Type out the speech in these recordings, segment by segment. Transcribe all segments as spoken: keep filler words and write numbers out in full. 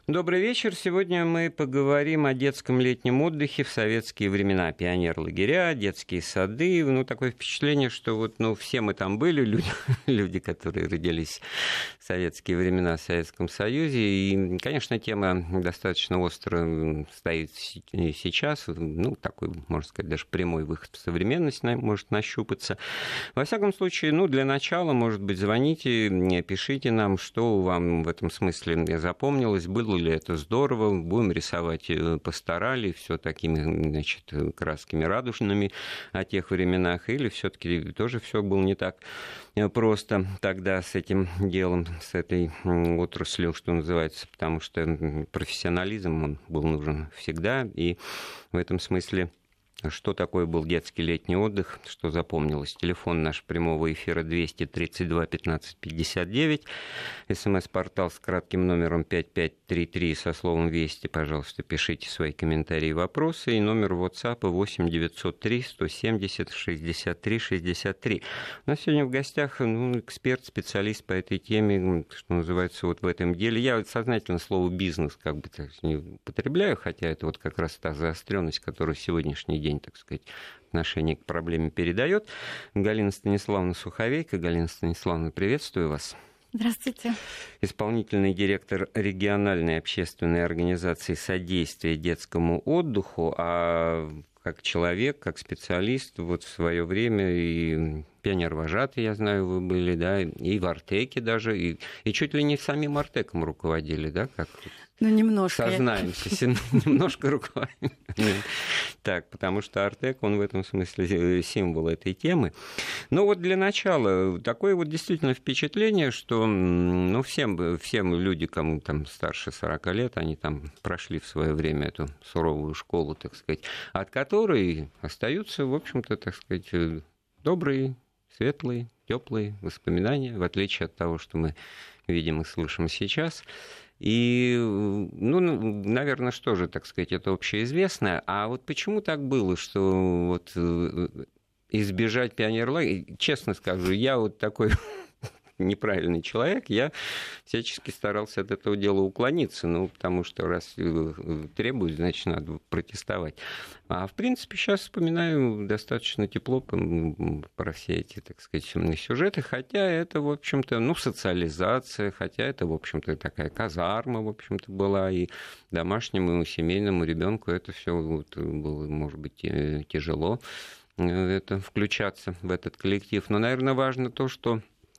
Добрый вечер. Сегодня мы поговорим о детском летнем отдыхе в советские времена. Пионер-лагеря, детские сады. Ну, такое впечатление, что вот, ну, все мы там были, люди, люди, которые родились в советские времена в Советском Союзе. И, конечно, тема достаточно остро стоит сейчас. Ну, такой, можно сказать, даже прямой выход в современность может нащупаться. Во всяком случае, ну, для начала, может быть, звоните, пишите нам, что вам в этом смысле запомнилось, было ли это здорово, будем рисовать пасторали, все такими, значит, красками радужными о тех временах, или все-таки тоже все было не так просто тогда с этим делом, с этой отраслью, что называется, потому что профессионализм он был нужен всегда, и в этом смысле что такое был детский летний отдых, что запомнилось. Телефон наш прямого эфира двести тридцать два пятнадцать пятьдесят девять. СМС-портал с кратким номером пять пять три три со словом «Вести». Пожалуйста, пишите свои комментарии и вопросы. И номер WhatsApp восемь девятьсот три сто семьдесят шестьдесят три шестьдесят три. У нас сегодня в гостях ну, эксперт, специалист по этой теме, что называется, вот в этом деле. Я сознательно слово «бизнес» как бы так не употребляю, хотя это вот как раз та заостренность, которую в сегодняшний день, так сказать, отношение к проблеме передает. Галина Станиславовна Суховейко. Галина Станиславовна, приветствую вас. Здравствуйте. Исполнительный директор региональной общественной организации содействия детскому отдыху, а как человек, как специалист, вот в свое время и пионер-вожатый, я знаю, вы были, да, и в Артеке даже, и, и чуть ли не самим Артеком руководили, да, как ну, немножко. Сознаемся, немножко руководим. Так, потому что Артек, он в этом смысле символ этой темы. Ну вот для начала, такое вот действительно впечатление, что ну, всем, всем люди, кому там старше сорока лет, они там прошли в свое время эту суровую школу, так сказать, от которой остаются, в общем-то, так сказать, добрые, светлые, теплые воспоминания, в отличие от того, что мы видим и слышим сейчас. И, ну, наверное, что же, так сказать, это общеизвестное. А вот почему так было, что вот избежать пионерлагеря, честно скажу, я вот такой неправильный человек, я всячески старался от этого дела уклониться, ну, потому что раз требуют, значит, надо протестовать. А, в принципе, сейчас вспоминаю достаточно тепло про все эти, так сказать, сюжеты, хотя это, в общем-то, ну, социализация, хотя это, в общем-то, такая казарма, в общем-то, была, и домашнему, и семейному ребенку это все вот было, может быть, тяжело это, включаться в этот коллектив. Но, наверное, важно то, что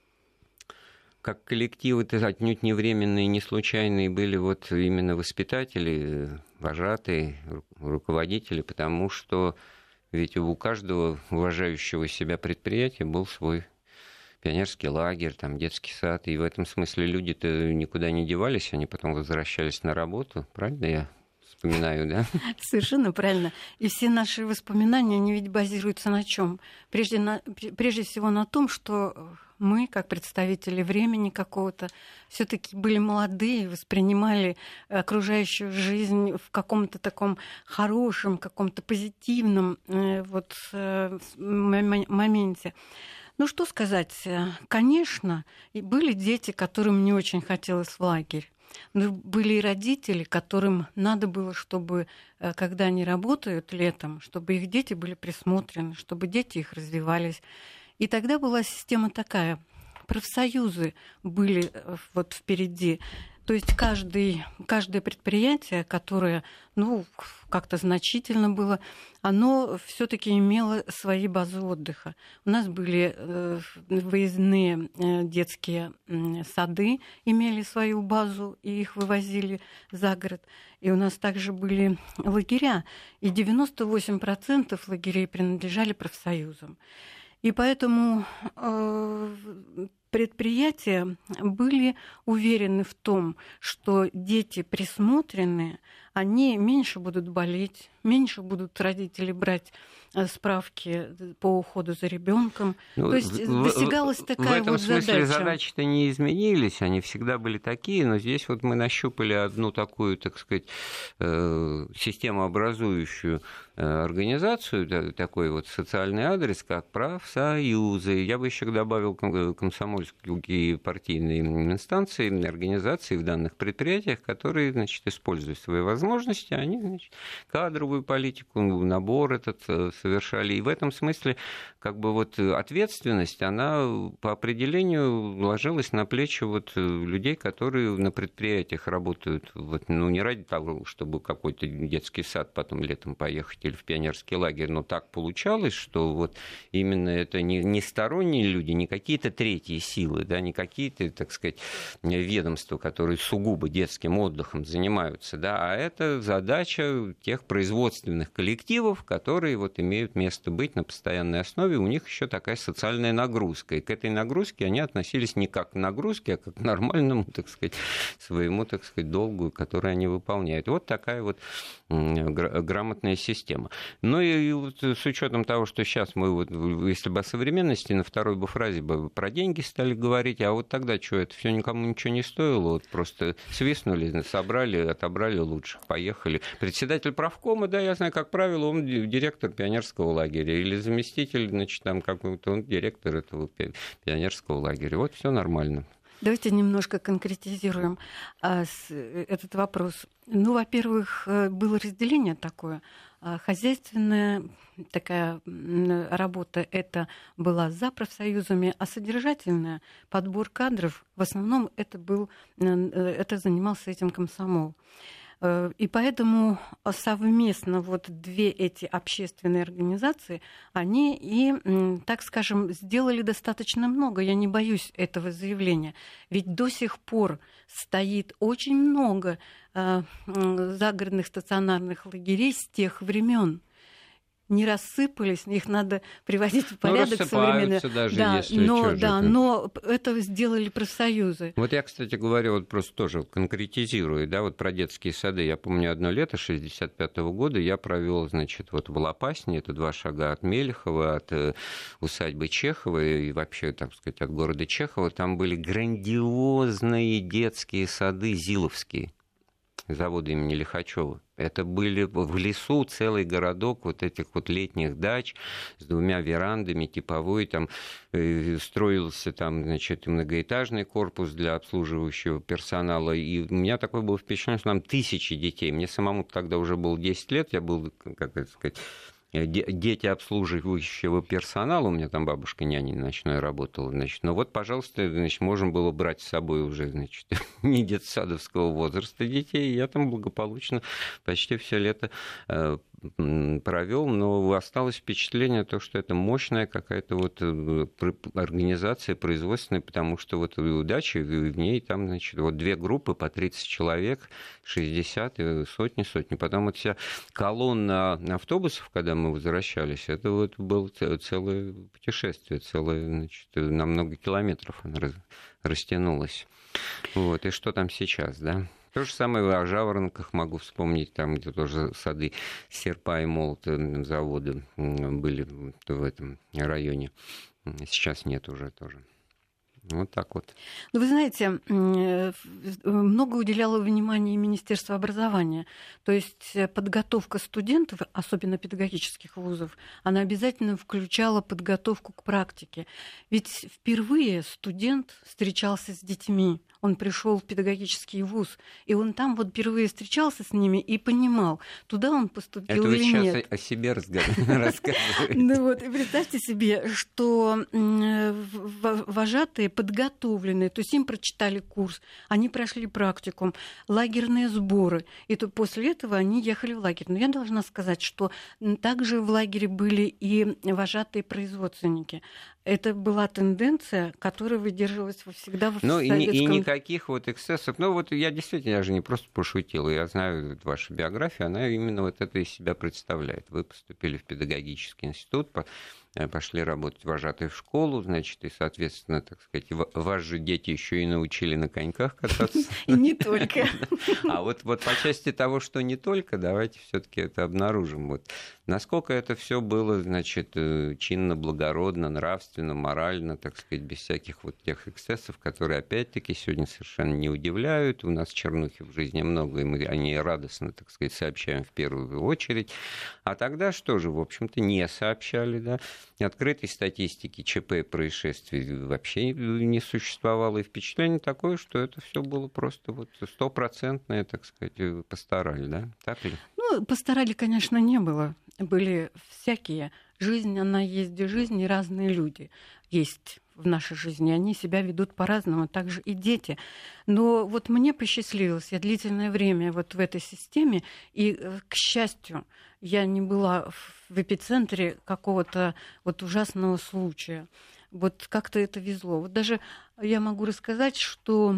как коллективы-то отнюдь не временные, не случайные были вот именно воспитатели, вожатые, руководители, потому что ведь у каждого уважающего себя предприятия был свой пионерский лагерь, там, детский сад, и в этом смысле люди-то никуда не девались, они потом возвращались на работу, правильно я вспоминаю, да? Совершенно правильно. И все наши воспоминания, они ведь базируются на чем? Прежде, на, прежде всего на том, что мы, как представители времени какого-то, все-таки были молодые, воспринимали окружающую жизнь в каком-то таком хорошем, каком-то позитивном э, вот, э, моменте. Ну, что сказать? Конечно, были дети, которым не очень хотелось в лагерь. Но были и родители, которым надо было, чтобы, когда они работают летом, чтобы их дети были присмотрены, чтобы дети их развивались. И тогда была система такая. Профсоюзы были вот впереди. То есть каждый, каждое предприятие, которое ну, как-то значительно было, оно все-таки имело свои базы отдыха. У нас были э, выездные э, детские э, сады, имели свою базу, и их вывозили за город. И у нас также были лагеря, и девяносто восемь процентов лагерей принадлежали профсоюзам. И поэтому э, предприятия были уверены в том, что дети присмотренные, они меньше будут болеть, меньше будут родители брать справки по уходу за ребенком. Ну, то есть в, достигалась в, такая в этом вот смысле задача. Задачи-то не изменились, они всегда были такие, но здесь вот мы нащупали одну такую, так сказать, системообразующую организацию, такой вот социальный адрес, как профсоюзы. Я бы еще добавил комсомольские партийные инстанции, организации в данных предприятиях, которые, значит, используя свои возможности, они, значит, кадровую политику, набор этот совершали. И в этом смысле как бы вот ответственность, она по определению ложилась на плечи вот людей, которые на предприятиях работают, вот, ну, не ради того, чтобы какой-то детский сад потом летом поехать или в пионерский лагерь, но так получалось, что вот именно это не, не сторонние люди, не какие-то третьи силы, да, не какие-то, так сказать, ведомства, которые сугубо детским отдыхом занимаются, да, а это задача тех производственных коллективов, которые вот имеют место быть на постоянной основе, у них еще такая социальная нагрузка, и к этой нагрузке они относились не как к нагрузке, а как к нормальному, так сказать, своему, так сказать, долгу, который они выполняют. Вот такая вот грамотная система. Ну и вот с учетом того, что сейчас мы, вот, если бы о современности, на второй бы фразе бы про деньги стали говорить, а вот тогда что, это все никому ничего не стоило, вот просто свистнули, собрали, отобрали лучших, поехали. Председатель правкома, да, я знаю, как правило, он директор пионерского лагеря, или заместитель, значит, там какой-то, он директор этого пионерского лагеря. Вот все нормально. Давайте немножко конкретизируем а, с, этот вопрос. Ну, во-первых, было разделение такое. Хозяйственная такая работа это была за профсоюзами, а содержательная подбор кадров в основном это был, это занимался этим комсомол. И поэтому совместно вот две эти общественные организации, они и, так скажем, сделали достаточно много. Я не боюсь этого заявления. Ведь до сих пор стоит очень много загородных стационарных лагерей с тех времен. Не рассыпались, их надо приводить в порядок ну, современно. Даже да, если но, чё, да, но это сделали профсоюзы. Вот я, кстати говоря, вот просто тоже конкретизирую, да, вот про детские сады. Я помню, одно лето шестьдесят пятого года я провел, значит, вот в Лопасне, это два шага от Мелехова, от э, усадьбы Чехова и вообще, так сказать, от города Чехова. Там были грандиозные детские сады зиловские. Завода имени Лихачева. Это были в лесу целый городок вот этих вот летних дач с двумя верандами, типовой, там э, строился там, значит, многоэтажный корпус для обслуживающего персонала, и у меня такое было впечатление, что там тысячи детей. Мне самому тогда уже было десять лет, я был, как это сказать, дети обслуживающего персонала, у меня там бабушка няней ночной работала, значит, но вот, пожалуйста, значит, можем было брать с собой уже, значит, не детсадовского возраста детей, я там благополучно почти все лето провел, но осталось впечатление, то, что это мощная какая-то вот организация производственная, потому что вот удачи в ней там, значит, вот две группы по тридцать человек, шестьдесят, сотни, сотни. Потом вот вся колонна автобусов, когда мы возвращались, это вот было целое путешествие, целое, значит, на много километров оно растянулось. Вот, и что там сейчас, да? То же самое о жаворонках могу вспомнить, там, где тоже сады серпа и молота завода были в этом районе. Сейчас нет уже тоже. Вот так вот. Ну, вы знаете, много уделяло внимания Министерство образования. То есть подготовка студентов, особенно педагогических вузов, она обязательно включала подготовку к практике. Ведь впервые студент встречался с детьми. Он пришел в педагогический вуз, и он там вот впервые встречался с ними и понимал, туда он поступил или нет. Это вы сейчас о себе рассказываете. Ну вот, и представьте себе, что вожатые подготовленные, то есть им прочитали курс, они прошли практикум, лагерные сборы, и то после этого они ехали в лагерь. Но я должна сказать, что также в лагере были и вожатые производственники. Это была тенденция, которая выдерживалась всегда в ну, советском... И, и никаких вот эксцессов. Ну, вот я действительно, я же не просто пошутил, я знаю вашу биографию, она именно вот это из себя представляет. Вы поступили в педагогический институт, пошли работать вожатые в школу, значит, и, соответственно, так сказать, вас же дети еще и научили на коньках кататься. И не только. А вот, вот по части того, что не только, давайте все-таки это обнаружим. Вот. Насколько это все было, значит, чинно, благородно, нравственно, морально, так сказать, без всяких вот тех эксцессов, которые, опять-таки, сегодня совершенно не удивляют. У нас чернухи в жизни много, и мы о ней радостно, так сказать, сообщаем в первую очередь. А тогда что же, в общем-то, не сообщали, да? Открытой статистики ЧП и происшествий вообще не существовало. И впечатление такое, что это все было просто вот стопроцентное, так сказать, постарали, да? Так ли? Ну, постарали, конечно, не было. Были всякие. Жизнь, она есть жизнь, и разные люди есть в нашей жизни. Они себя ведут по-разному, так же и дети. Но вот мне посчастливилось, я длительное время вот в этой системе, и, к счастью, я не была в эпицентре какого-то вот ужасного случая. Вот как-то это везло. Вот даже я могу рассказать, что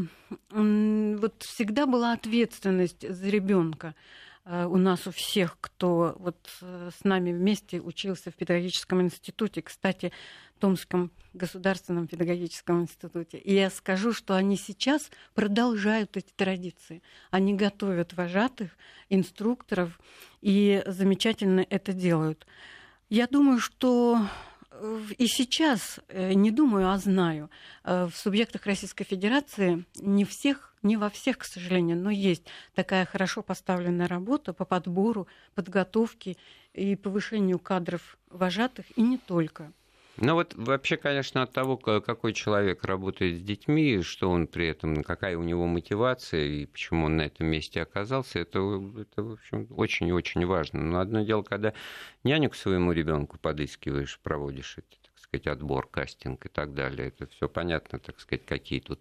вот всегда была ответственность за ребенка у нас у всех, кто вот с нами вместе учился в педагогическом институте, кстати, в Томском государственном педагогическом институте. И я скажу, что они сейчас продолжают эти традиции. Они готовят вожатых, инструкторов и замечательно это делают. Я думаю, что и сейчас, не думаю, а знаю, в субъектах Российской Федерации не всех, не во всех, к сожалению, но есть такая хорошо поставленная работа по подбору, подготовке и повышению кадров вожатых, и не только. Ну вот вообще, конечно, от того, какой человек работает с детьми, что он при этом, какая у него мотивация и почему он на этом месте оказался, это, это в общем, очень и очень важно. Но одно дело, когда няню к своему ребенку подыскиваешь, проводишь эти, так сказать, отбор, кастинг и так далее, это все понятно, так сказать, какие тут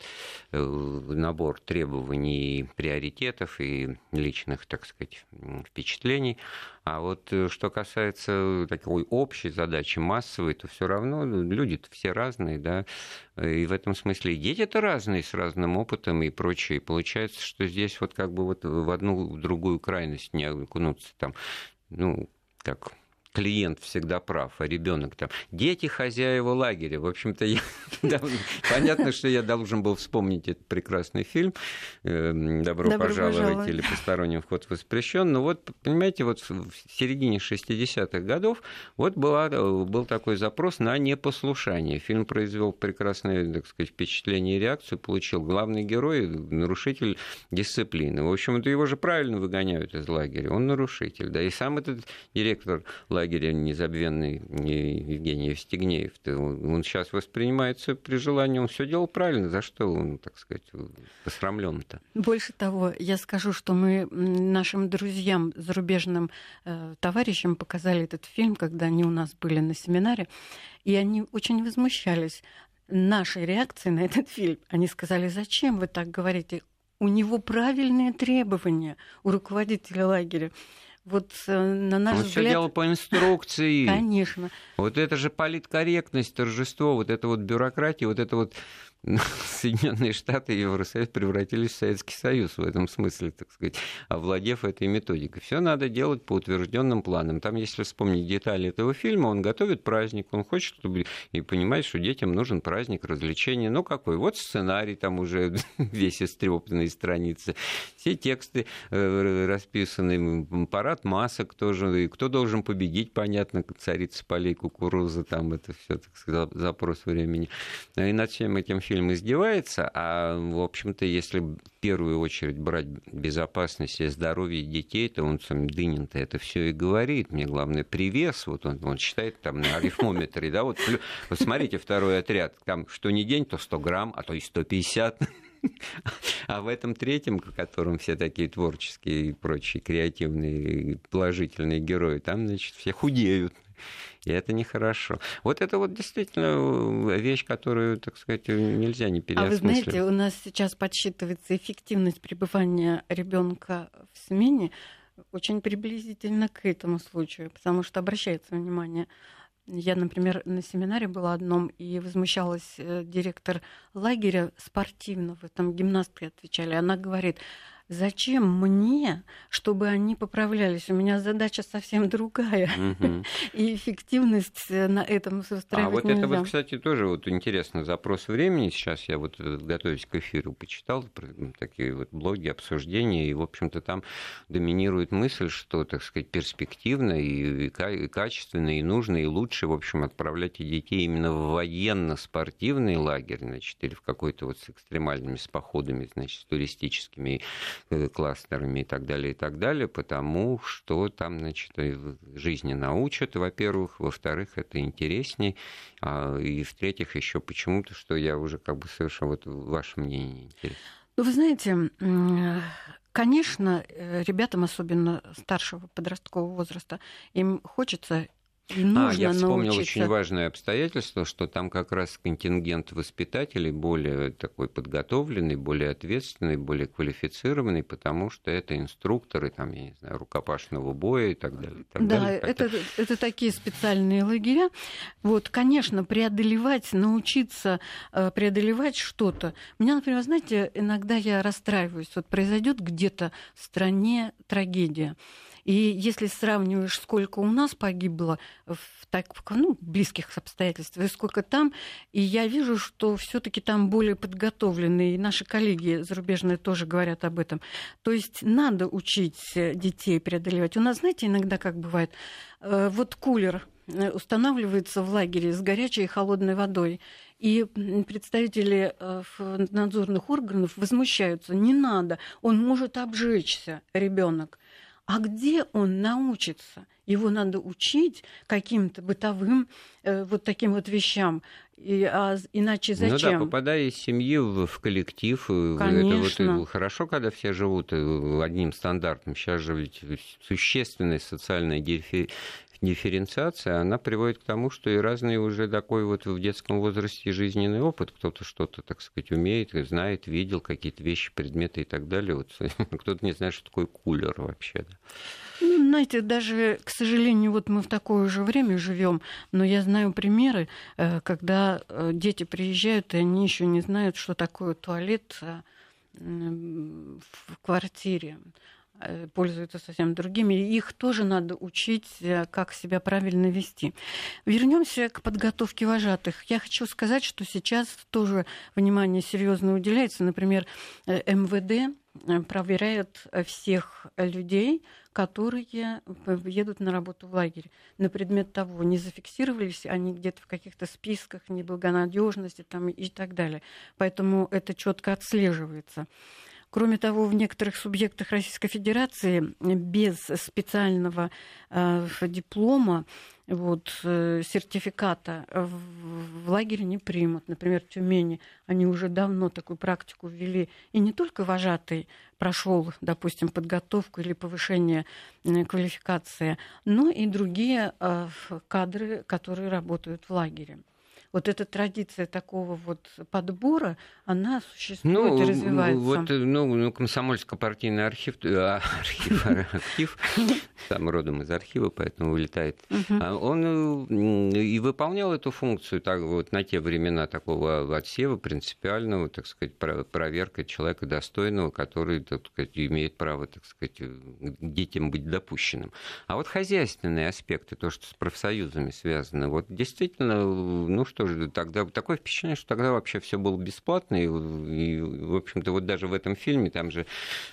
набор требований, приоритетов и личных, так сказать, впечатлений. А вот что касается такой общей задачи, массовой, то все равно люди-то все разные, да, и в этом смысле и дети-то разные, с разным опытом и прочее. И получается, что здесь вот как бы вот в одну, в другую крайность не окунуться там, ну, как... Клиент всегда прав, а ребенок там. Дети хозяева лагеря. В общем-то, я, да, понятно, что я должен был вспомнить этот прекрасный фильм «Добро, Добро пожаловать» пожаловать. Или «Посторонним вход воспрещен». Но вот, понимаете, вот в середине шестидесятых годов вот была, был такой запрос на непослушание. Фильм произвел прекрасное, так сказать, впечатление и реакцию, получил главный герой, нарушитель дисциплины. В общем-то, его же правильно выгоняют из лагеря. Он нарушитель. Да, и сам этот директор лагеря, лагеря незабвенный Евгений Евстигнеев, он сейчас воспринимается при желании, он все делал правильно, за что он, так сказать, посрамлен-то? Больше того, я скажу, что мы нашим друзьям, зарубежным э, товарищам показали этот фильм, когда они у нас были на семинаре, и они очень возмущались нашей реакцией на этот фильм. Они сказали: зачем вы так говорите? У него правильные требования, у руководителя лагеря. Вот на наш Он взгляд... все делал по инструкции. Конечно. Вот это же политкорректность, торжество, вот это вот бюрократия, вот это вот Соединенные Штаты и Евросоюз превратились в Советский Союз в этом смысле, так сказать, овладев этой методикой. Все надо делать по утвержденным планам. Там, если вспомнить детали этого фильма, он готовит праздник, он хочет, чтобы и понимает, что детям нужен праздник, развлечения. Ну какой? Вот сценарий там уже весь истрепанные страницы, все тексты расписаны, парад масок тоже, и кто должен победить, понятно, царица полей, кукуруза, там это все, так сказать, запрос времени. И над всем этим фильмом Фильм издевается, а, в общем-то, если в первую очередь брать безопасность и здоровье детей, то он сам Дынин-то это все и говорит. Мне главное привес, вот он, он считает там на арифмометре, да, вот, вот смотрите, второй отряд, там что ни день, то сто грамм, а то и сто пятьдесят. А в этом третьем, в котором все такие творческие и прочие креативные, положительные герои, там, значит, все худеют. И это нехорошо. Вот это вот действительно вещь, которую, так сказать, нельзя не переосмысливать. А вы знаете, у нас сейчас подсчитывается эффективность пребывания ребенка в смене очень приблизительно к этому случаю, потому что обращается внимание. Я, например, на семинаре была одном, и возмущалась директор лагеря спортивного, там гимнастки отвечали. Она говорит: зачем мне, чтобы они поправлялись? У меня задача совсем другая. Mm-hmm. И эффективность на этом выстраивать А вот нельзя. это вот, кстати, тоже вот интересно. Запрос времени. Сейчас я вот, готовясь к эфиру, почитал такие вот блоги, обсуждения, и, в общем-то, там доминирует мысль, что, так сказать, перспективно и качественно, и нужно, и лучше, в общем, отправлять детей именно в военно-спортивный лагерь, значит, или в какой-то вот с экстремальными, с походами, значит, с туристическими кластерами и так далее, и так далее, потому что там, значит, жизни научат, во-первых, во-вторых, это интересней, и в-третьих, еще почему-то, что я уже как бы совершенно, вот ваше мнение интересно. Ну, вы знаете, конечно, ребятам, особенно старшего подросткового возраста, им хочется и нужно а, я вспомнил научиться... очень важное обстоятельство, что там как раз контингент воспитателей более такой подготовленный, более ответственный, более квалифицированный, потому что это инструкторы, там, я не знаю, рукопашного боя и так далее. И так да, далее. Это, это такие специальные лагеря. Вот, конечно, преодолевать, научиться преодолевать что-то. Меня, например, знаете, иногда я расстраиваюсь. Вот произойдет где-то в стране трагедия. И если сравниваешь, сколько у нас погибло в так, ну, близких обстоятельствах, и сколько там, и я вижу, что все-таки там более подготовленные, и наши коллеги зарубежные тоже говорят об этом. То есть надо учить детей преодолевать. У нас, знаете, иногда как бывает, вот кулер устанавливается в лагере с горячей и холодной водой. И представители надзорных органов возмущаются. Не надо, он может обжечься, ребенок. А где он научится? Его надо учить каким-то бытовым э, вот таким вот вещам. И, а иначе зачем? Ну да, попадая из семьи в, в коллектив, конечно. Это вот хорошо, когда все живут одним стандартом. Сейчас же ведь существенная социальная дифференциация. Дифференциация, она приводит к тому, что и разный уже такой вот в детском возрасте жизненный опыт. Кто-то что-то, так сказать, умеет, знает, видел какие-то вещи, предметы и так далее. Вот, кто-то не знает, что такое кулер вообще. Да. Ну, знаете, даже, к сожалению, вот мы в такое же время живем, но я знаю примеры, когда дети приезжают, и они еще не знают, что такое туалет в квартире. Пользуются совсем другими. Их тоже надо учить, как себя правильно вести. Вернемся к подготовке вожатых. Я хочу сказать, что сейчас тоже внимание серьезно уделяется. Например, эм вэ дэ проверяет всех людей, которые едут на работу в лагерь, на предмет того, не зафиксировались они где-то в каких-то списках неблагонадежности там, и так далее. Поэтому это четко отслеживается. Кроме того, в некоторых субъектах Российской Федерации без специального э, диплома, вот, э, сертификата в, в лагерь не примут. Например, в Тюмени они уже давно такую практику ввели. И не только вожатый прошел, допустим, подготовку или повышение э, квалификации, но и другие э, кадры, которые работают в лагере. Вот эта традиция такого вот подбора, она существует ну, и развивается. Вот, ну, ну, комсомольско-партийный архив, архив, архив, сам родом из архива, поэтому вылетает. Uh-huh. Он и выполнял эту функцию так, вот, на те времена такого отсева принципиального, так сказать, проверка человека достойного, который, так сказать, имеет право, так сказать, к детям быть допущенным. А вот хозяйственные аспекты, то, что с профсоюзами связано, вот действительно, ну что же, тогда такое впечатление, что тогда вообще все было бесплатно, и, и в общем-то, вот даже в этом фильме, там же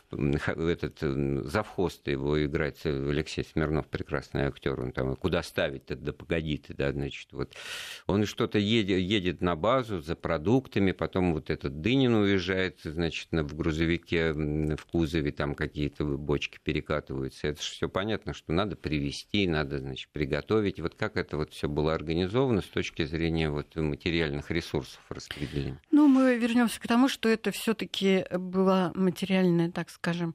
этот завхоз его играет Алексей Смирнов, прекрасный актер, он там, куда ставить-то, да погоди ты, да, значит, вот, он что-то едет, едет на базу за продуктами, потом вот этот Дынин уезжает, значит, в грузовике, в кузове, там какие-то бочки перекатываются, это же все понятно, что надо привезти, надо, значит, приготовить, вот как это вот все было организовано с точки зрения вот материальных ресурсов распределения? Ну, мы вернемся к тому, что это все-таки была материальная, так скажем,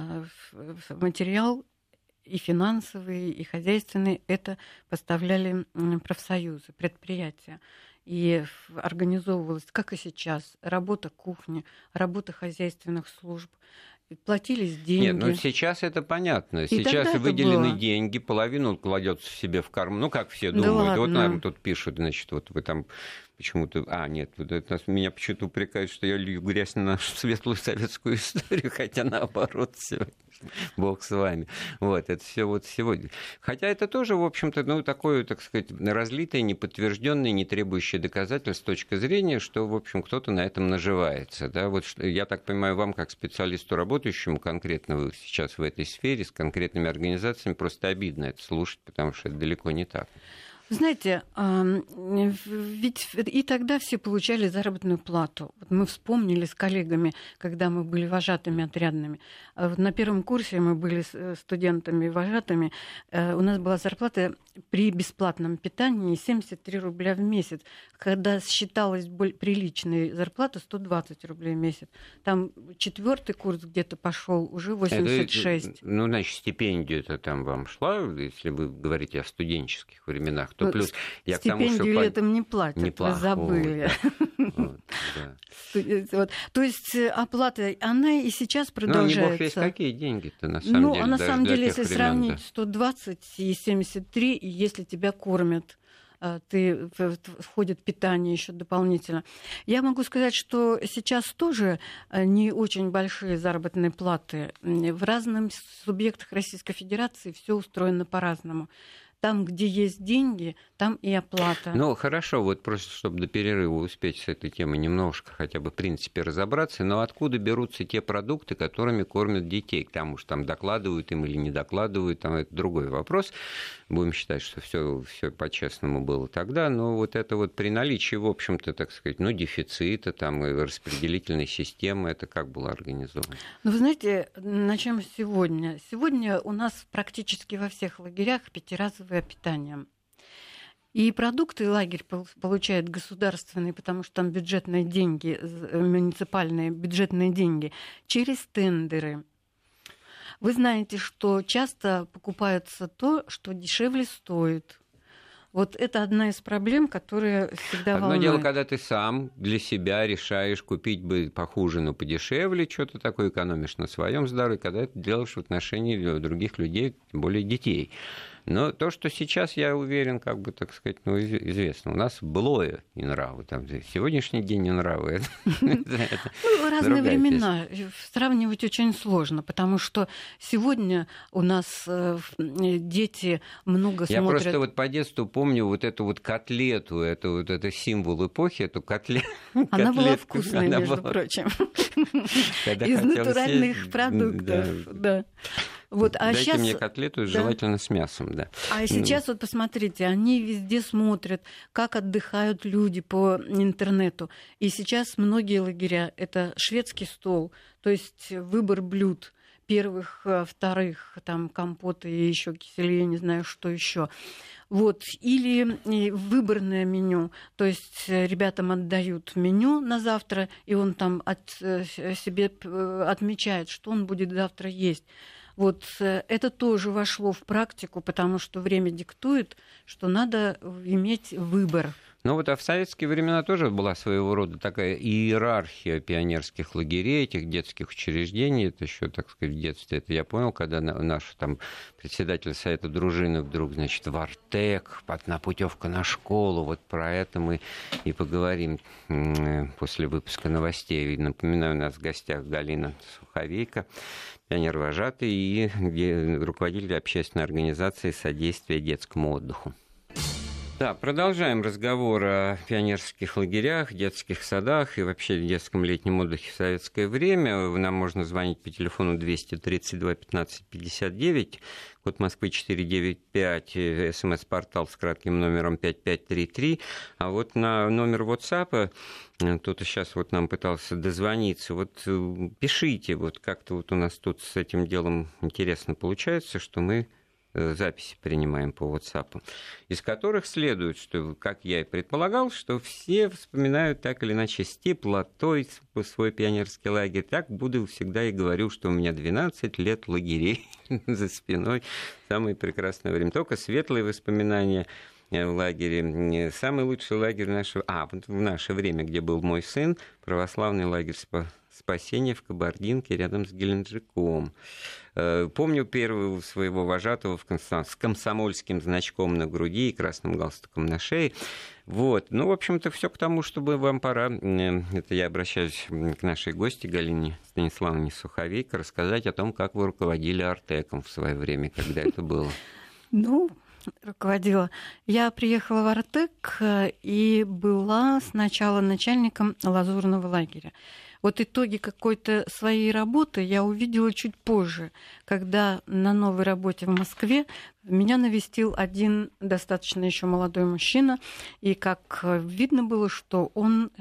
материал и финансовый, и хозяйственный. Это поставляли профсоюзы, предприятия. И организовывалась, как и сейчас, работа кухни, работа хозяйственных служб. Платились деньги. Нет, ну сейчас это понятно. И сейчас выделены деньги, половину кладется себе в карман. Ну, как все думают. Да вот нам тут пишут, значит, вот вы там почему-то... А, нет, вот это, меня почему-то упрекают, что я лью грязь на нашу светлую советскую историю, хотя наоборот все. Бог с вами. Вот, это все вот сегодня. Хотя это тоже, в общем-то, ну, такое, так сказать, разлитое, неподтвержденное, не требующее доказательств точка зрения, что, в общем, кто-то на этом наживается. Да? Вот, я так понимаю, вам, как специалисту, работающему конкретно вы сейчас в этой сфере, с конкретными организациями, просто обидно это слушать, потому что это далеко не так. Знаете, ведь и тогда все получали заработную плату. Вот мы вспомнили с коллегами, когда мы были вожатыми отрядными. На первом курсе мы были студентами-вожатыми. У нас была зарплата при бесплатном питании семьдесят три рубля в месяц. Когда считалась приличной зарплата сто двадцать рублей в месяц. Там четвертый курс где-то пошел уже восемьдесят шесть. Это, ну, значит, стипендию-то там вам шла, если вы говорите о студенческих временах. То плюс я стипендию к тому, что летом не платят, не вы забыли. Вот, да. Вот. То есть оплата, она и сейчас продолжается. Ну, не бог весть какие деньги-то, на самом ну, деле. А на самом деле, если времен, сравнить да. сто двадцать и семьдесят три, и если тебя кормят, ты, входит питание еще дополнительно. Я могу сказать, что сейчас тоже не очень большие заработные платы. В разных субъектах Российской Федерации все устроено по-разному. Там, где есть деньги, там и оплата. Ну, хорошо, вот просто, чтобы до перерыва успеть с этой темой немножко хотя бы в принципе разобраться, но откуда берутся те продукты, которыми кормят детей? К тому, что там докладывают им или не докладывают, там это другой вопрос. Будем считать, что все, все по-честному было тогда, но вот это вот при наличии, в общем-то, так сказать, ну, дефицита, там, и распределительной системы, это как было организовано? Ну, вы знаете, начнем сегодня. Сегодня у нас практически во всех лагерях пятиразовое питание. И продукты лагерь получает государственные, потому что там бюджетные деньги, муниципальные бюджетные деньги, через тендеры. Вы знаете, что часто покупается то, что дешевле стоит. Вот это одна из проблем, которая всегда Одно волнует. дело, когда ты сам для себя решаешь купить бы похуже, но подешевле, что-то такое экономишь на своем здоровье, когда это делаешь в отношении других людей, тем более детей. Но то, что сейчас, я уверен, как бы, так сказать, ну, известно, у нас былое и нравы. Там, сегодняшний день и нравы. Разные времена. Сравнивать очень сложно, потому что сегодня у нас дети много смотрят. Я просто вот по детству помню вот эту вот котлету, это вот это символ эпохи, эту котлету. Она была вкусная, между прочим. Из натуральных продуктов, да. Вот, а Дайте сейчас... мне котлету, да. Желательно с мясом, да. А сейчас вот посмотрите, они везде смотрят, как отдыхают люди по интернету. И сейчас многие лагеря — это шведский стол, то есть выбор блюд первых, вторых, там компоты и еще кисели, я не знаю, что еще. Вот. Или выборное меню, то есть ребятам отдают меню на завтра, и он там от, себе отмечает, что он будет завтра есть. Вот это тоже вошло в практику, потому что время диктует, что надо иметь выбор. Ну вот, а в советские времена тоже была своего рода такая иерархия пионерских лагерей, этих детских учреждений. Это еще, так сказать, в детстве это я понял, когда наш там председатель совета дружины вдруг, значит, в Артек, одна путевка на школу. Вот про это мы и поговорим после выпуска новостей. Напоминаю, у нас в гостях Галина Суховейко, пионер-вожатый и руководитель общественной организации «Содействие детскому отдыху». Да, продолжаем разговор о пионерских лагерях, детских садах и вообще детском летнем отдыхе в советское время. Нам можно звонить по телефону двести тридцать два пятнадцать пятьдесят девять, код Москвы четыреста девяносто пять, смс-портал с кратким номером пять пять три три. А вот на номер WhatsApp, тут сейчас вот нам пытался дозвониться, вот пишите, вот как-то вот у нас тут с этим делом интересно получается, что мы записи принимаем по WhatsApp, из которых следует, что, как я и предполагал, что все вспоминают так или иначе с теплотой свой пионерский лагерь. Так буду всегда и говорю, что у меня двенадцать лет лагерей за спиной. Самое прекрасное время. Только светлые воспоминания в лагере. Самый лучший лагерь нашего... А, в наше время, где был мой сын, православный лагерь спасения в Кабардинке рядом с Геленджиком. Помню первого своего вожатого с комсомольским значком на груди и красным галстуком на шее. Вот. Ну, в общем-то, все к тому, чтобы вам пора, это я обращаюсь к нашей гости Галине Станиславовне Суховейко, рассказать о том, как вы руководили Артеком в свое время, когда это было. Ну, руководила. Я приехала в Артек и была сначала начальником лазурного лагеря. Вот итоги какой-то своей работы я увидела чуть позже, когда на новой работе в Москве меня навестил один достаточно еще молодой мужчина, и как видно было, что он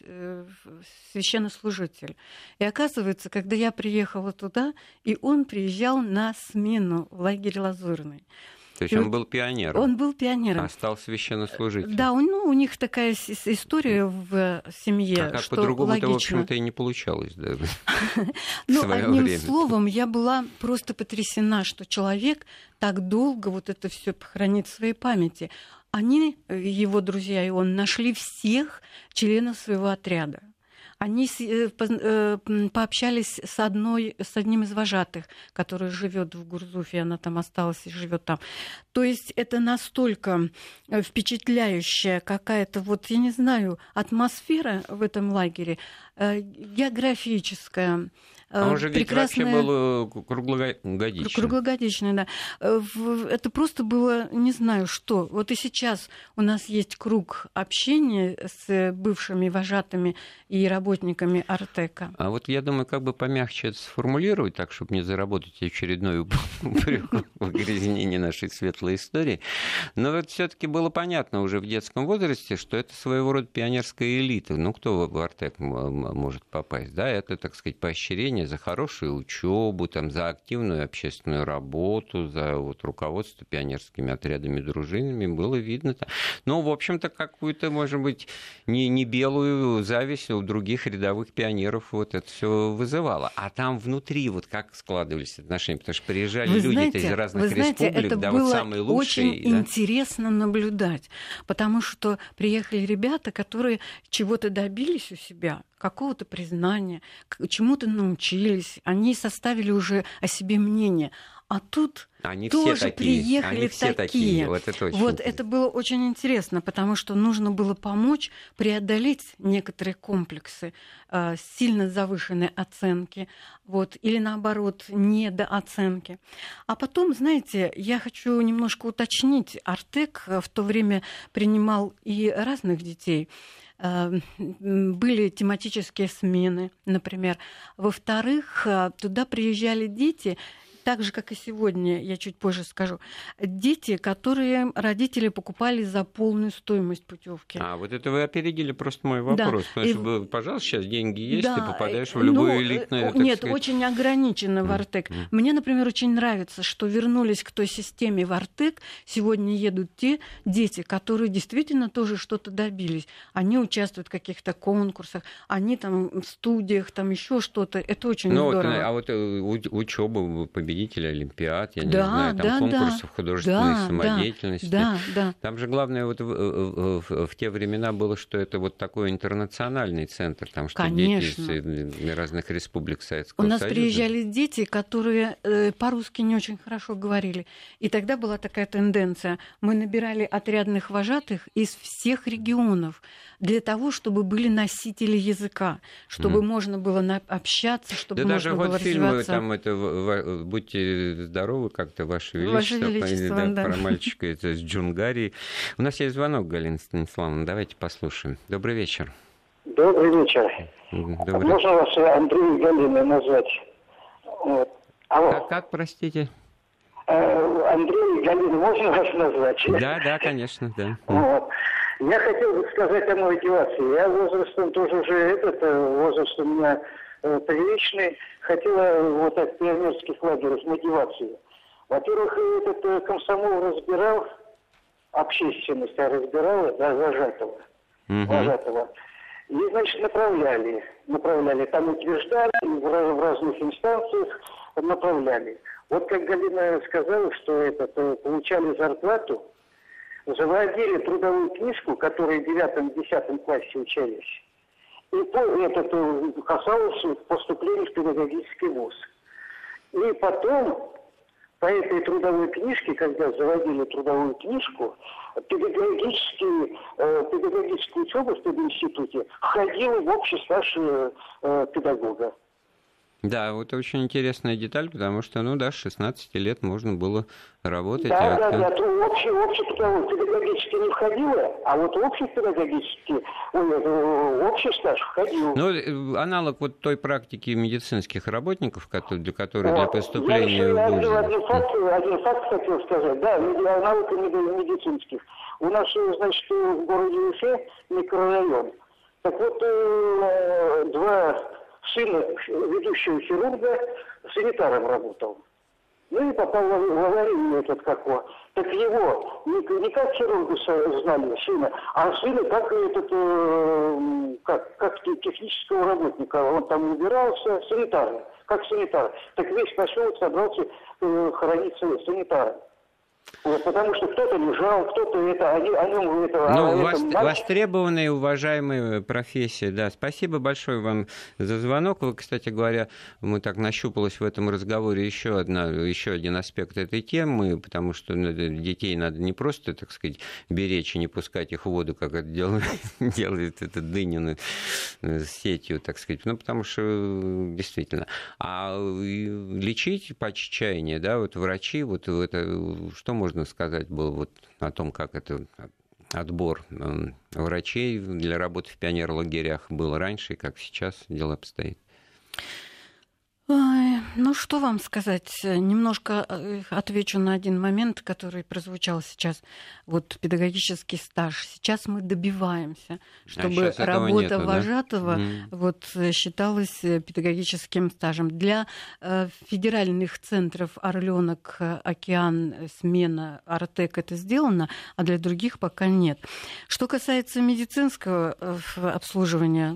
священнослужитель. И оказывается, когда я приехала туда, и он приезжал на смену в лагерь Лазурный. То есть он был пионером? Он был пионером. А стал священнослужителем? Да, ну, у них такая история в семье, а как что по-другому-то, логично. в общем-то, и не получалось, да, Ну, одним словом, я была просто потрясена, что человек так долго вот это все хранит в своей памяти. Они, его друзья и он, нашли всех членов своего отряда. Они пообщались с, одной, с одним из вожатых, который живет в Гурзуфе, она там осталась и живет там. То есть это настолько впечатляющая какая-то, вот, я не знаю, атмосфера в этом лагере, географическая. А он же ведь вообще был круглогодичный. Круглогодичный, да. Это просто было, не знаю что. Вот и сейчас у нас есть круг общения с бывшими вожатыми и работниками Артека. А вот я думаю, как бы помягче это сформулировать, так, чтобы не заработать очередной упрек в грязнении нашей светлой истории. Но вот все-таки было понятно уже в детском возрасте, что это своего рода пионерская элита. Ну, кто в Артек может попасть? Да, это, так сказать, поощрение за хорошую учебу, там, за активную общественную работу, за вот, руководство пионерскими отрядами, дружинами, было видно. Ну, в общем-то, какую-то, может быть, не, не белую зависть у других рядовых пионеров вот это все вызывало. А там внутри вот как складывались отношения? Потому что приезжали вы люди знаете, из разных вы знаете, республик, это да, было вот самые лучшие. Очень да? интересно наблюдать, потому что приехали ребята, которые чего-то добились у себя, какого-то признания, чему-то научились, они составили уже о себе мнение. А тут они тоже все такие. приехали они все такие. такие. Вот, это, очень вот это было очень интересно, потому что нужно было помочь преодолеть некоторые комплексы, э, сильно завышенной оценки, вот, или наоборот, недооценки. А потом, знаете, я хочу немножко уточнить, Артек в то время принимал и разных детей. Были тематические смены, например. Во-вторых, туда приезжали дети, так же, как и сегодня, я чуть позже скажу, дети, которые родители покупали за полную стоимость путевки. А, вот это вы опередили просто мой вопрос. Да. Потому и... что, пожалуйста, сейчас деньги есть, да. ты попадаешь в любую ну, элитную... Нет, сказать... очень ограничено в Артек. Mm-hmm. Мне, например, очень нравится, что вернулись к той системе в Артек. Сегодня едут те дети, которые действительно тоже что-то добились. Они участвуют в каких-то конкурсах, они там в студиях, там еще что-то. Это очень ну, здорово. Вот, а вот учеба победителей олимпиад, я да, не знаю, там да, конкурсов да. художественной да, самодеятельности. Да, да. Там же главное вот в, в, в, в те времена было, что это вот такой интернациональный центр, там что Конечно. дети из разных республик Советского Союза. У нас Союза. приезжали дети, которые э, по-русски не очень хорошо говорили. И тогда была такая тенденция. Мы набирали отрядных вожатых из всех регионов для того, чтобы были носители языка, чтобы mm. можно было на- общаться, чтобы да можно даже было вот фильмы, развиваться. там это «Будьте здоровы», как-то «Ваше Величество», Ваше Величество да, да. про мальчика из Джунгарии. У нас есть звонок, Галина Станиславовна, давайте послушаем. Добрый вечер. Добрый вечер. Добрый. Можно вас Андрей Галиной назвать? Вот. Алло. Как, как, простите? Э, Андрей Галиной можно вас назвать? Да, да, конечно, да. Вот. Я хотел бы сказать о мотивации. Я возрастом тоже уже этот, возраст у меня э, приличный. Хотела вот от пионерских лагерей мотивации. Во-первых, этот э, комсомол разбирал, общественность разбирала, да, вожатого. Uh-huh. вожатого. И, значит, направляли. Направляли. Там утверждали, в, в разных инстанциях направляли. Вот как Галина сказала, что этот, получали зарплату, заводили трудовую книжку, которые в девятом-десятом классе учились, И по, это касалось поступления в педагогический вуз. И потом, по этой трудовой книжке, когда заводили трудовую книжку, педагогический, э, педагогическую учебу в пединституте входила в общий стаж э, педагога. Да, вот очень интересная деталь, потому что, ну да, с шестнадцати лет можно было работать. Да, а да, как... да, то общий, общий педагогически не входило, а вот общий педагогический, ой, общий стаж входил. Ну, аналог вот той практики медицинских работников, для которой для Вот. поступления Я еще в один, вузы. один, факт, один факт хотел сказать, да, аналог медицинских. У нас, значит, в городе Уфе микрорайон. Так вот, два сына ведущего хирурга санитаром работал. Ну и попал в аварию этот какого. Так его не, не как хирурга знали сына, а сына как, этот, э, как, как технического работника. Он там убирался, санитаром, как санитар. Так весь поселок собрался э, хоронить санитара. Вот, потому что кто-то лежал, кто-то это, о нем это... Ну, о вос- этом... востребованная и уважаемая профессия, да. Спасибо большое вам за звонок. Вы, кстати говоря, мы так нащупалось в этом разговоре еще, одна, еще один аспект этой темы, потому что детей надо не просто, так сказать, беречь и не пускать их в воду, как это делает, делает это Дынин с сетью, так сказать, ну, потому что действительно. А лечить по отчаянию, да, вот врачи, вот это, что можно сказать было вот о том, как это отбор врачей для работы в пионерлагерях был раньше и как сейчас дело обстоит? Ой, ну, что вам сказать? Немножко отвечу на один момент, который прозвучал сейчас. Вот педагогический стаж. Сейчас мы добиваемся, чтобы а работа нету, вожатого да? вот, считалась педагогическим стажем. Для э, федеральных центров «Орленок», «Океан», «Смена», «Артек» это сделано, а для других пока нет. Что касается медицинского обслуживания,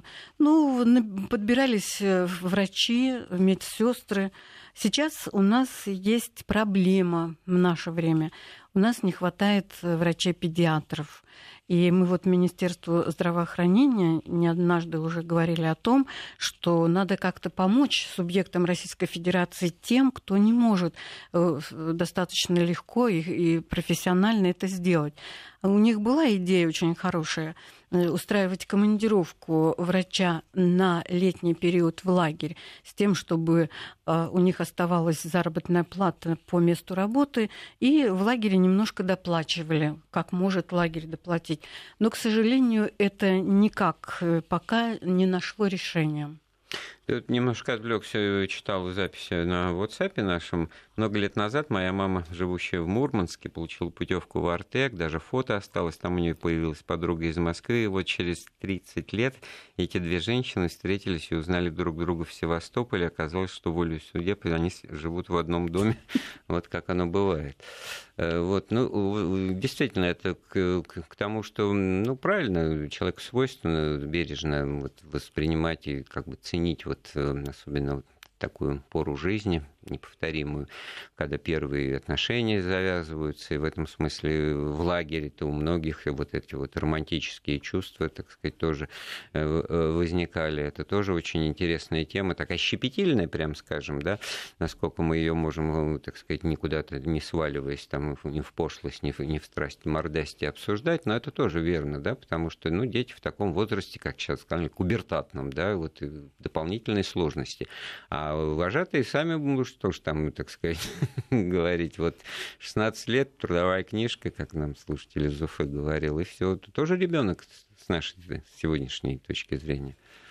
ну, подбирались врачи, медсестры. Сейчас у нас есть проблема в наше время. У нас не хватает врачей-педиатров. И мы вот Министерству здравоохранения не однажды уже говорили о том, что надо как-то помочь субъектам Российской Федерации тем, кто не может достаточно легко и, и профессионально это сделать. У них была идея очень хорошая устраивать командировку врача на летний период в лагерь с тем, чтобы у них оставалась заработная плата по месту работы, и в лагере немножко доплачивали, как может лагерь доплатить. Но, к сожалению, это никак пока не нашло решения. Я вот немножко отвлекся, читал записи на WhatsApp нашем. Много лет назад моя мама, живущая в Мурманске, получила путевку в Артек, даже фото осталось, там у нее появилась подруга из Москвы. И вот через тридцать лет эти две женщины встретились и узнали друг друга в Севастополе. Оказалось, что волею судеб они живут в одном доме, вот как оно бывает. Вот, ну, действительно, это к, к тому, что, ну, правильно, человеку свойственно бережно вот, воспринимать и как бы ценить вот, особенно вот такую пору жизни неповторимую, когда первые отношения завязываются, и в этом смысле в лагере-то у многих вот эти вот романтические чувства, так сказать, тоже возникали. Это тоже очень интересная тема, такая щепетильная, прям скажем, да, насколько мы ее можем, так сказать, никуда-то не сваливаясь, там, ни в пошлость, ни в, ни в страсть мордасти обсуждать, но это тоже верно, да, потому что, ну, дети в таком возрасте, как сейчас сказали, кубертатном, да, вот дополнительные сложности. А вожатые сами, может, тоже там, так сказать, говорить, вот шестнадцать лет, трудовая книжка, как нам слушатель из Уфы говорил, и все. Это тоже ребенок с нашей сегодняшней точки зрения.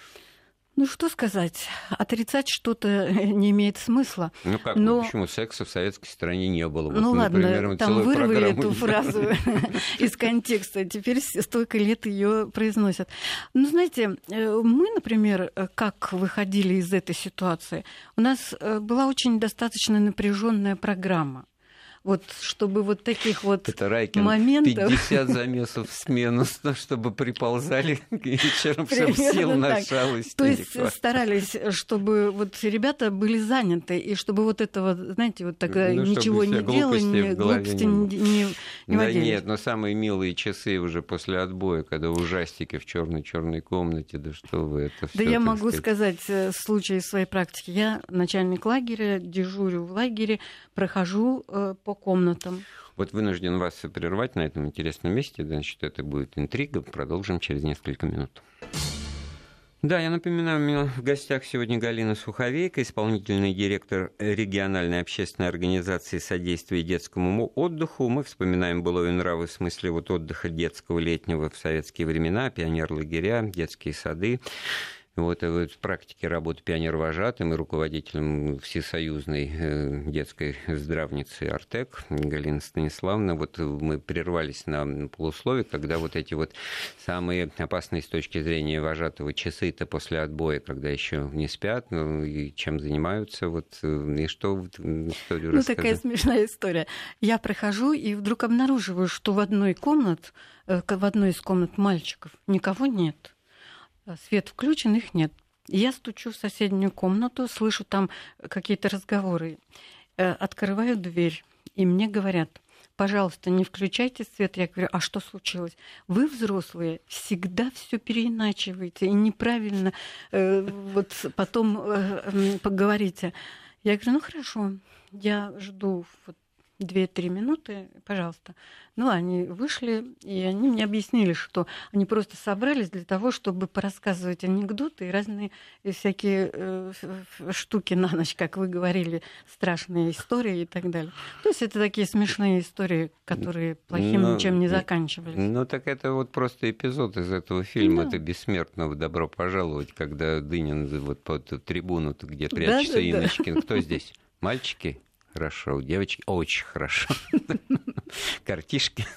Ну, что сказать? Отрицать что-то не имеет смысла. Ну, как? Но... Почему секса в советской стране не было? Ну, вот, ладно, например, там вырвали эту не... фразу из контекста, теперь столько лет ее произносят. Ну, знаете, мы, например, как выходили из этой ситуации, у нас была очень достаточно напряженная программа. Вот чтобы вот таких вот это Райкин, моментов... пятьдесят замесов в смену, чтобы приползали вечером, чтобы сил на шалость. То есть старались, чтобы вот ребята были заняты, и чтобы вот этого, знаете, вот тогда ну, ничего не делали, глупости не, не, не да нет, но самые милые часы уже после отбоя, когда ужастики в черной-черной комнате, да что вы, это все. Да я могу сказать случай из своей практики. Я начальник лагеря, дежурю в лагере, прохожу по комнатам. Вот вынужден вас прервать на этом интересном месте, значит, это будет интрига, продолжим через несколько минут. Да, я напоминаю, у меня в гостях сегодня Галина Суховейко, исполнительный директор региональной общественной организации содействия детскому отдыху. Мы вспоминаем былое нравы в смысле вот отдыха детского летнего в советские времена, пионер-лагеря, детские сады. Вот, вот в практике работы пионер-вожатым и руководителем всесоюзной детской здравницы «Артек» Галина Станиславовна. Вот мы прервались на полусловие, когда вот эти вот самые опасные с точки зрения вожатого часы-то после отбоя, когда еще не спят, ну и чем занимаются, вот, и что историю Ну, рассказать? Такая смешная история. Я прохожу и вдруг обнаруживаю, что в одной комнате, в одной из комнат мальчиков никого нет. Свет включен, их нет. Я стучу в соседнюю комнату, слышу там какие-то разговоры. Открываю дверь, и мне говорят: пожалуйста, не включайте свет. Я говорю: а что случилось? Вы, взрослые, всегда все переиначиваете и неправильно э, вот потом э, поговорите. Я говорю: ну хорошо, я жду вот две-три минуты, пожалуйста. Ну, они вышли, и они мне объяснили, что они просто собрались для того, чтобы порассказывать анекдоты и разные всякие э, штуки на ночь, как вы говорили, страшные истории и так далее. То есть это такие смешные истории, которые плохим но, ничем не заканчивались. Ну, так это вот просто эпизод из этого фильма, да. Это «Бессмертного добро пожаловать», когда Дынин вот под трибуну, где прячется да, да, Инночкин. Да. Кто здесь? Мальчики? Хорошо, девочки очень хорошо. Картишки.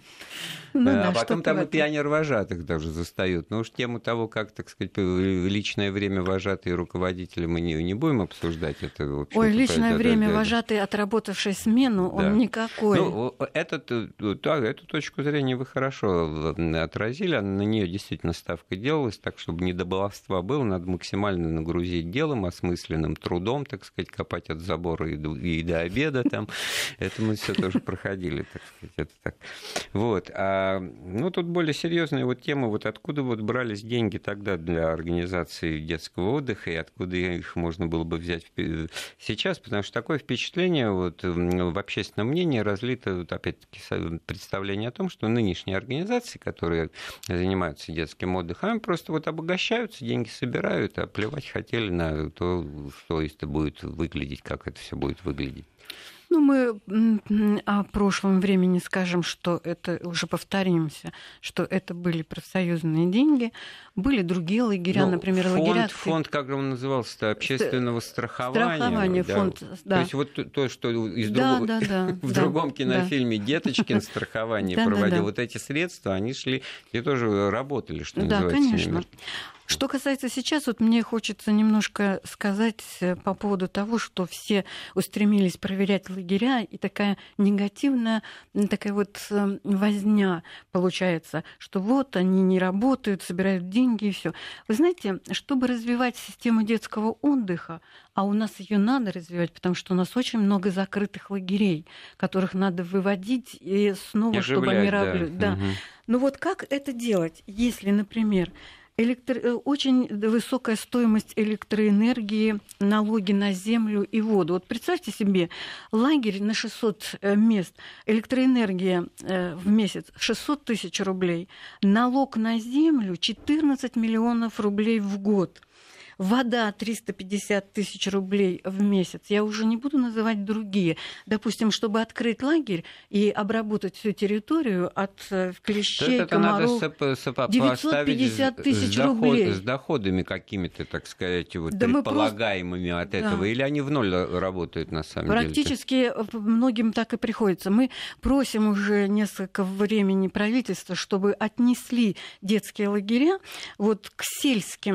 Ну, а да, потом там и пионер-вожатых даже застают. Ну уж тему того, как, так сказать, личное время вожатые руководители мы не, не будем обсуждать. Это, ой, личное время да, да, вожатый, отработавший смену, да. Он никакой. Ну, этот, да, эту точку зрения вы хорошо отразили. На нее действительно ставка делалась, так, чтобы не до баловства было, надо максимально нагрузить делом, осмысленным трудом, так сказать, копать от забора и до, и до обеда. Там. Это мы все тоже проходили, так сказать. Это так. Вот. А ну, тут более серьезная вот тема, вот откуда вот брались деньги тогда для организации детского отдыха и откуда их можно было бы взять сейчас, потому что такое впечатление вот в общественном мнении разлито, вот, опять-таки, представление о том, что нынешние организации, которые занимаются детским отдыхом, они просто вот обогащаются, деньги собирают, а плевать хотели на то, что это будет выглядеть, как это все будет выглядеть. Ну, мы о прошлом времени скажем, что это, уже повторимся, что это были профсоюзные деньги, были другие лагеря, ну, например, фонд, лагеря... Фонд, как же он назывался-то, общественного страхования. Страхование, да. фонд, да. То есть вот то, что из да, друг... да, да, в да, другом кинофильме да. «Деточкин» страхование проводил, вот эти средства, они шли, и тоже работали, что называется. Да, конечно. Что касается сейчас, вот мне хочется немножко сказать по поводу того, что все устремились проверять лагеря, и такая негативная, такая вот возня получается, что вот они не работают, собирают деньги и все. Вы знаете, чтобы развивать систему детского отдыха, а у нас ее надо развивать, потому что у нас очень много закрытых лагерей, которых надо выводить и снова, и чтобы они работали. Да. Да. Угу. Но вот как это делать, если, например, Электро... очень высокая стоимость электроэнергии, налоги на землю и воду. Вот представьте себе, лагерь на шестьсот мест, электроэнергия в месяц шестьсот тысяч рублей, налог на землю четырнадцать миллионов рублей в год. Вода триста пятьдесят тысяч рублей в месяц. Я уже не буду называть другие. Допустим, чтобы открыть лагерь и обработать всю территорию от клещей, это комаров, девятьсот пятьдесят тысяч доход, рублей. С доходами какими-то, так сказать, вот, да предполагаемыми просто... от этого. Да. Или они в ноль работают на самом Практически деле? Практически многим так и приходится. Мы просим уже несколько времени правительства, чтобы отнесли детские лагеря вот к сельским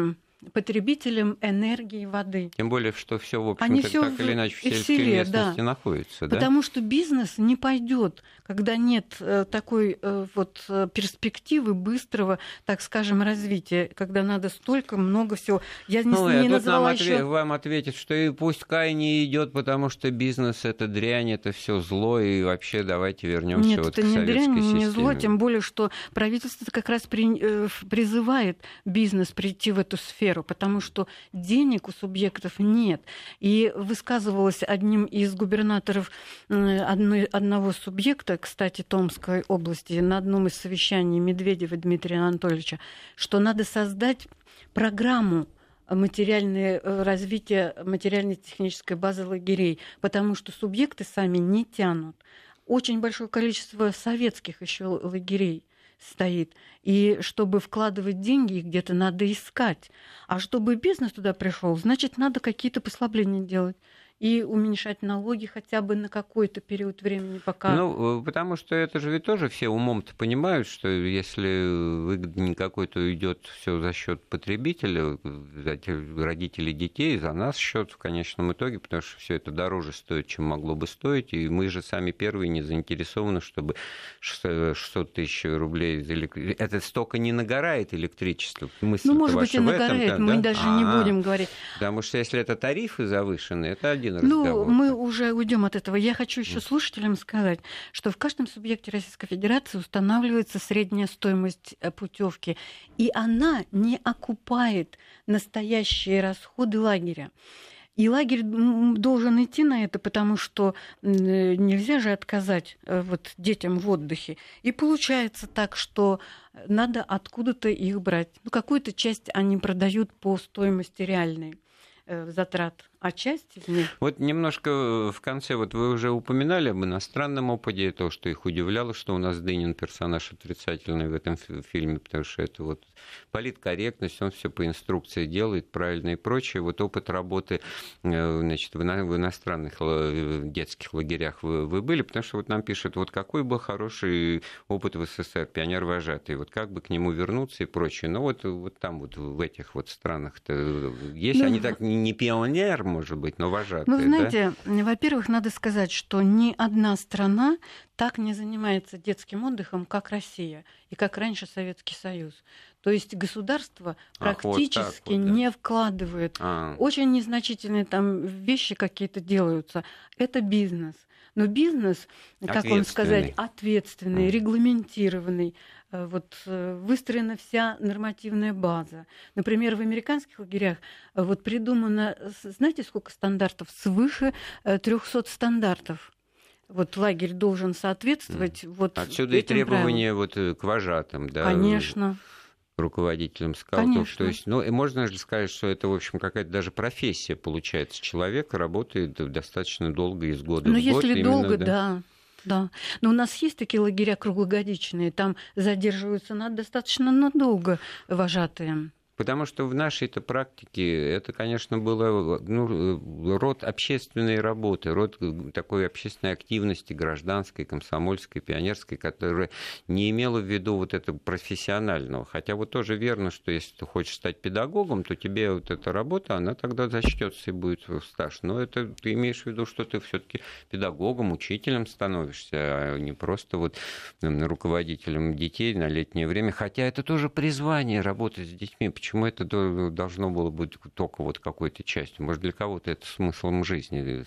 потребителем энергии воды. Тем более, что все, в Они общем-то, всё так или иначе в сельской в селе, местности да. находится. Да? Потому что бизнес не пойдет, когда нет э, такой э, вот э, перспективы быстрого, так скажем, развития, когда надо столько много всего. Я не, Ну, не и тут нам назвала ответ, еще... вам ответят, что и пускай не идет, потому что бизнес это дрянь, это все зло, и вообще давайте вернемся Нет, вот это к не советской дрянь, системе. не зло, тем более, что правительство как раз при, э, призывает бизнес прийти в эту сферу, потому что денег у субъектов нет. И высказывалось одним из губернаторов э, одной, одного субъекта, кстати, Томской области, на одном из совещаний Медведева Дмитрия Анатольевича, что надо создать программу материальное развитие материально-технической базы лагерей, потому что субъекты сами не тянут. Очень большое количество советских еще лагерей стоит. И чтобы вкладывать деньги, их где-то надо искать. А чтобы бизнес туда пришел, значит, надо какие-то послабления делать. И уменьшать налоги хотя бы на какой-то период времени, пока... Ну, потому что это же ведь тоже все умом-то понимают, что если выгоднее какой-то идет все за счет потребителя, родителей детей, за нас счет в конечном итоге, потому что все это дороже стоит, чем могло бы стоить, и мы же сами первые не заинтересованы, чтобы шестьсот тысяч рублей за электричество... Это столько не нагорает электричество. Мысль-то ну, может быть, и нагорает, этом, мы да? даже А-а-а. не будем говорить. Потому что если это тарифы завышенные, это один Ну, разговор. мы уже уйдем от этого. Я хочу еще слушателям сказать, что в каждом субъекте Российской Федерации устанавливается средняя стоимость путевки, и она не окупает настоящие расходы лагеря. И лагерь должен идти на это, потому что нельзя же отказать вот, детям в отдыхе. И получается так, что надо откуда-то их брать. Ну, какую-то часть они продают по стоимости реальной затрат, а часть из них... Вот немножко в конце, вот вы уже упоминали об иностранном опыте, то, что их удивляло, что у нас Дынин персонаж отрицательный в этом фильме, потому что это вот политкорректность, он все по инструкции делает правильно и прочее. Вот опыт работы, значит, в иностранных детских лагерях вы, вы были, потому что вот нам пишут, вот какой был хороший опыт в СССР, пионер-вожатый, вот как бы к нему вернуться и прочее. Но вот, вот там вот в этих вот странах-то есть, ну, они так не пионер, может быть, но вожатые. Ну, знаете, да? Во-первых, надо сказать, что ни одна страна так не занимается детским отдыхом, как Россия и как раньше Советский Союз. То есть государство Ах, практически вот вот, да. не вкладывает. А. Очень незначительные там вещи какие-то делаются. Это бизнес. Но бизнес, как вам сказать, ответственный, регламентированный. Вот выстроена вся нормативная база. Например, в американских лагерях вот придумано, знаете, сколько стандартов? Свыше трехсот стандартов. Вот лагерь должен соответствовать вот отсюда этим и требования правилам. Вот к вожатым, да? Конечно. Руководителям скаутов. Конечно. То есть, ну, и можно же сказать, что это, в общем, какая-то даже профессия получается. Человек работает достаточно долго, из года ну, в год. Ну, если именно, долго, да. да. Да, но у нас есть такие лагеря круглогодичные, там задерживаются на достаточно надолго вожатые. Потому что в нашей-то практике это, конечно, было ну, род общественной работы, род такой общественной активности, гражданской, комсомольской, пионерской, которая не имела в виду вот этого профессионального. Хотя вот тоже верно, что если ты хочешь стать педагогом, то тебе вот эта работа, она тогда зачтется и будет в стаж. Но это ты имеешь в виду, что ты все-таки педагогом, учителем становишься, а не просто вот руководителем детей на летнее время. Хотя это тоже призвание работать с детьми. Почему это должно было быть только вот какой-то частью? Может, для кого-то это смыслом жизни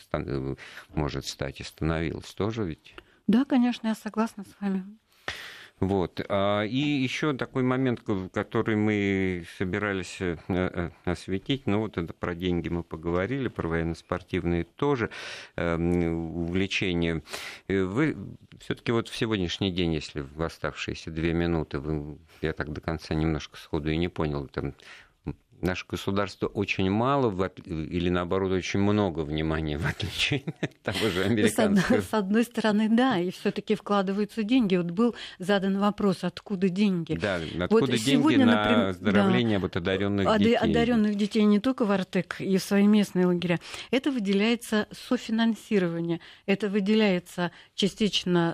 может стать и становилось тоже ведь? Да, конечно, я согласна с вами. Вот. И еще такой момент, который мы собирались осветить, ну вот это про деньги мы поговорили, про военно-спортивные тоже увлечения. Вы все-таки вот в сегодняшний день, если в оставшиеся две минуты, вы, я так до конца немножко сходу и не понял, там наше государство очень мало или, наоборот, очень много внимания, в отличие от того же американского. С одной стороны, да, и все-таки вкладываются деньги. Вот был задан вопрос, откуда деньги. Да, откуда вот деньги сегодня, на например, оздоровление да, вот одаренных детей. Одаренных детей не только в Артек и в свои местные лагеря. Это выделяется софинансирование. Это выделяется частично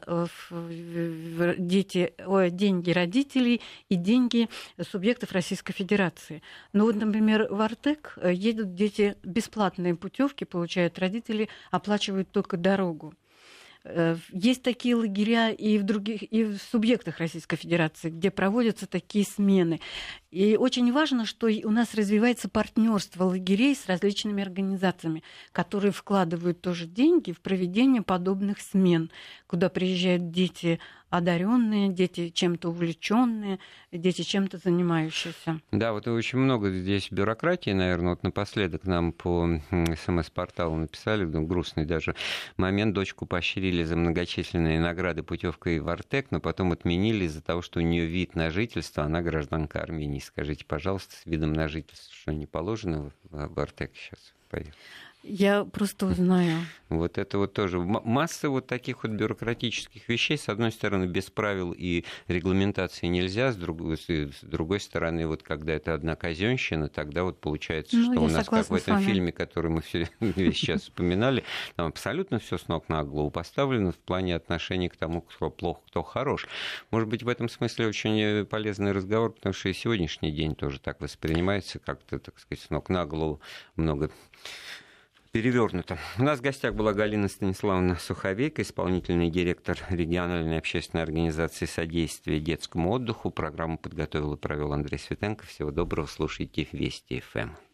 в дети, деньги родителей и деньги субъектов Российской Федерации. Но вот вот, например, в Артек едут дети, бесплатные путевки получают, родители оплачивают только дорогу. Есть такие лагеря и в других, и в субъектах Российской Федерации, где проводятся такие смены. И очень важно, что у нас развивается партнерство лагерей с различными организациями, которые вкладывают тоже деньги в проведение подобных смен, куда приезжают дети одаренные, дети чем-то увлеченные, дети чем-то занимающиеся. Да, вот очень много здесь бюрократии, наверное. Вот напоследок нам по СМС-порталу написали, ну, грустный даже момент, дочку поощрили за многочисленные награды путевкой в Артек, но потом отменили из-за того, что у нее вид на жительство, она гражданка Армении. Скажите, пожалуйста, с видом на жительство, что не положено в Артек сейчас? Поехали. Я просто узнаю. Вот это вот тоже масса вот таких вот бюрократических вещей. С одной стороны, без правил и регламентации нельзя, с другой, с другой стороны, вот когда это одна казенщина, тогда вот получается, ну, что у нас, как в этом фильме, который мы все сейчас вспоминали, там абсолютно все с ног на голову поставлено в плане отношения к тому, кто плох, кто хорош. Может быть, в этом смысле очень полезный разговор, потому что и сегодняшний день тоже так воспринимается, как-то, так сказать, с ног на голову много перевернуто. У нас в гостях была Галина Станиславовна Суховейко, исполнительный директор региональной общественной организации содействия детскому отдыху. Программу подготовил и провел Андрей Светенко. Всего доброго, слушайте Вести эф эм.